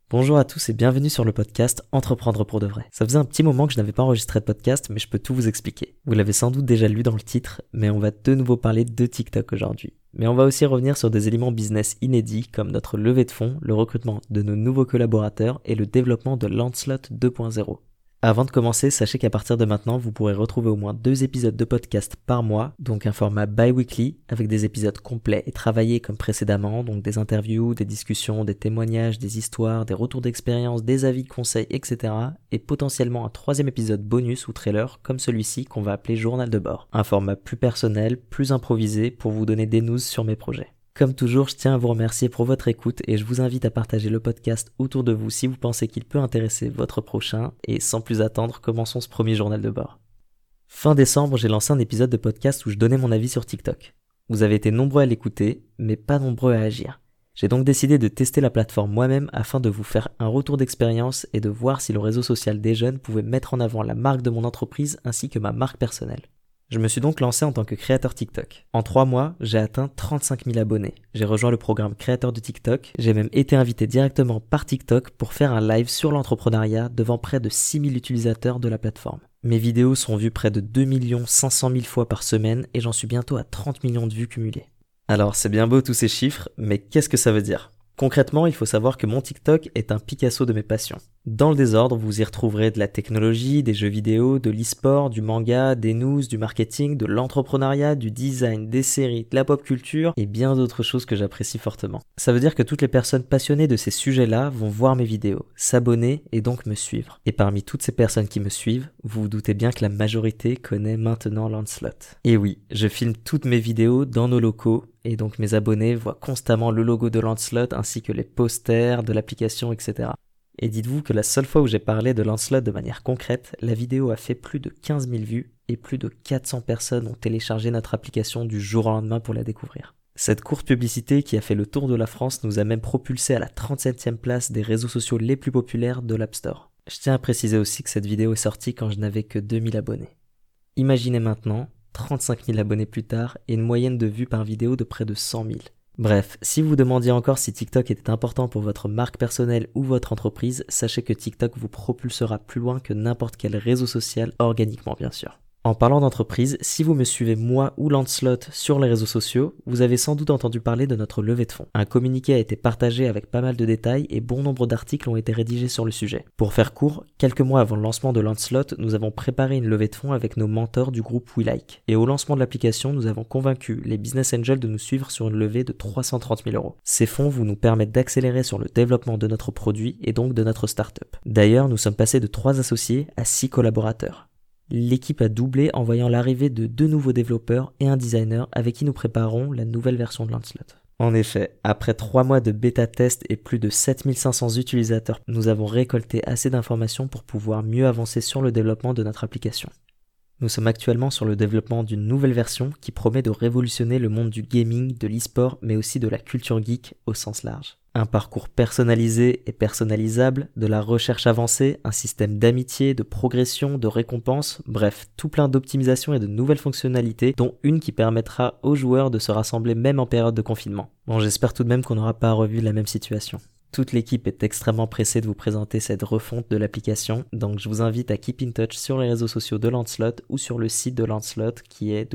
Bonjour à tous et bienvenue sur le podcast Entreprendre pour de vrai. Ça faisait un petit moment que je n'avais pas enregistré de podcast, mais je peux tout vous expliquer. Vous l'avez sans doute déjà lu dans le titre, mais on va de nouveau parler de TikTok aujourd'hui. Mais on va aussi revenir sur des éléments business inédits comme notre levée de fonds, le recrutement de nos nouveaux collaborateurs et le développement de Lancelot 2.0. Avant de commencer, sachez qu'à partir de maintenant, vous pourrez retrouver au moins 2 épisodes de podcast par mois, donc un format bi-weekly avec des épisodes complets et travaillés comme précédemment, donc des interviews, des discussions, des témoignages, des histoires, des retours d'expérience, des avis, conseils, etc. Et potentiellement un 3e épisode bonus ou trailer comme celui-ci qu'on va appeler Journal de bord. Un format plus personnel, plus improvisé pour vous donner des news sur mes projets. Comme toujours, je tiens à vous remercier pour votre écoute et je vous invite à partager le podcast autour de vous si vous pensez qu'il peut intéresser votre prochain. Et sans plus attendre, commençons ce premier journal de bord. Fin décembre, j'ai lancé un épisode de podcast où je donnais mon avis sur TikTok. Vous avez été nombreux à l'écouter, mais pas nombreux à agir. J'ai donc décidé de tester la plateforme moi-même afin de vous faire un retour d'expérience et de voir si le réseau social des jeunes pouvait mettre en avant la marque de mon entreprise ainsi que ma marque personnelle. Je me suis donc lancé en tant que créateur TikTok. En 3 mois, j'ai atteint 35 000 abonnés. J'ai rejoint le programme créateur de TikTok. J'ai même été invité directement par TikTok pour faire un live sur l'entrepreneuriat devant près de 6 000 utilisateurs de la plateforme. Mes vidéos sont vues près de 2 500 000 fois par semaine et j'en suis bientôt à 30 millions de vues cumulées. Alors c'est bien beau tous ces chiffres, mais qu'est-ce que ça veut dire ? Concrètement, il faut savoir que mon TikTok est un Picasso de mes passions. Dans le désordre, vous y retrouverez de la technologie, des jeux vidéo, de l'e-sport, du manga, des news, du marketing, de l'entrepreneuriat, du design, des séries, de la pop culture et bien d'autres choses que j'apprécie fortement. Ça veut dire que toutes les personnes passionnées de ces sujets-là vont voir mes vidéos, s'abonner et donc me suivre. Et parmi toutes ces personnes qui me suivent, vous vous doutez bien que la majorité connaît maintenant Lancelot. Et oui, je filme toutes mes vidéos dans nos locaux et donc mes abonnés voient constamment le logo de Lancelot ainsi que les posters de l'application, etc. Et dites-vous que la seule fois où j'ai parlé de Lancelot de manière concrète, la vidéo a fait plus de 15 000 vues et plus de 400 personnes ont téléchargé notre application du jour au lendemain pour la découvrir. Cette courte publicité qui a fait le tour de la France nous a même propulsé à la 37e place des réseaux sociaux les plus populaires de l'App Store. Je tiens à préciser aussi que cette vidéo est sortie quand je n'avais que 2000 abonnés. Imaginez maintenant, 35 000 abonnés plus tard et une moyenne de vues par vidéo de près de 100 000. Bref, si vous demandiez encore si TikTok était important pour votre marque personnelle ou votre entreprise, sachez que TikTok vous propulsera plus loin que n'importe quel réseau social, organiquement bien sûr. En parlant d'entreprise, si vous me suivez moi ou Lancelot sur les réseaux sociaux, vous avez sans doute entendu parler de notre levée de fonds. Un communiqué a été partagé avec pas mal de détails et bon nombre d'articles ont été rédigés sur le sujet. Pour faire court, quelques mois avant le lancement de Lancelot, nous avons préparé une levée de fonds avec nos mentors du groupe WeLike. Et au lancement de l'application, nous avons convaincu les business angels de nous suivre sur une levée de 330 000 €. Ces fonds vont nous permettre d'accélérer sur le développement de notre produit et donc de notre start-up. D'ailleurs, nous sommes passés de 3 associés à 6 collaborateurs. L'équipe a doublé en voyant l'arrivée de 2 nouveaux développeurs et un designer avec qui nous préparons la nouvelle version de Lancelot. En effet, après 3 mois de bêta-test et plus de 7500 utilisateurs, nous avons récolté assez d'informations pour pouvoir mieux avancer sur le développement de notre application. Nous sommes actuellement sur le développement d'une nouvelle version qui promet de révolutionner le monde du gaming, de l'e-sport, mais aussi de la culture geek au sens large. Un parcours personnalisé et personnalisable, de la recherche avancée, un système d'amitié, de progression, de récompense, bref, tout plein d'optimisations et de nouvelles fonctionnalités, dont une qui permettra aux joueurs de se rassembler même en période de confinement. Bon, j'espère tout de même qu'on n'aura pas revu la même situation. Toute l'équipe est extrêmement pressée de vous présenter cette refonte de l'application, donc je vous invite à keep in touch sur les réseaux sociaux de Lancelot ou sur le site de Lancelot qui est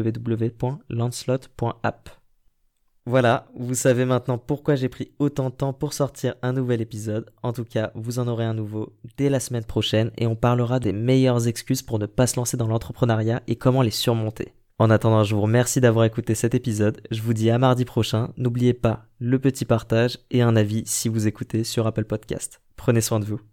www.lancelot.app. Voilà, vous savez maintenant pourquoi j'ai pris autant de temps pour sortir un nouvel épisode. En tout cas, vous en aurez un nouveau dès la semaine prochaine et on parlera des meilleures excuses pour ne pas se lancer dans l'entrepreneuriat et comment les surmonter. En attendant, je vous remercie d'avoir écouté cet épisode. Je vous dis à mardi prochain. N'oubliez pas le petit partage et un avis si vous écoutez sur Apple Podcast. Prenez soin de vous.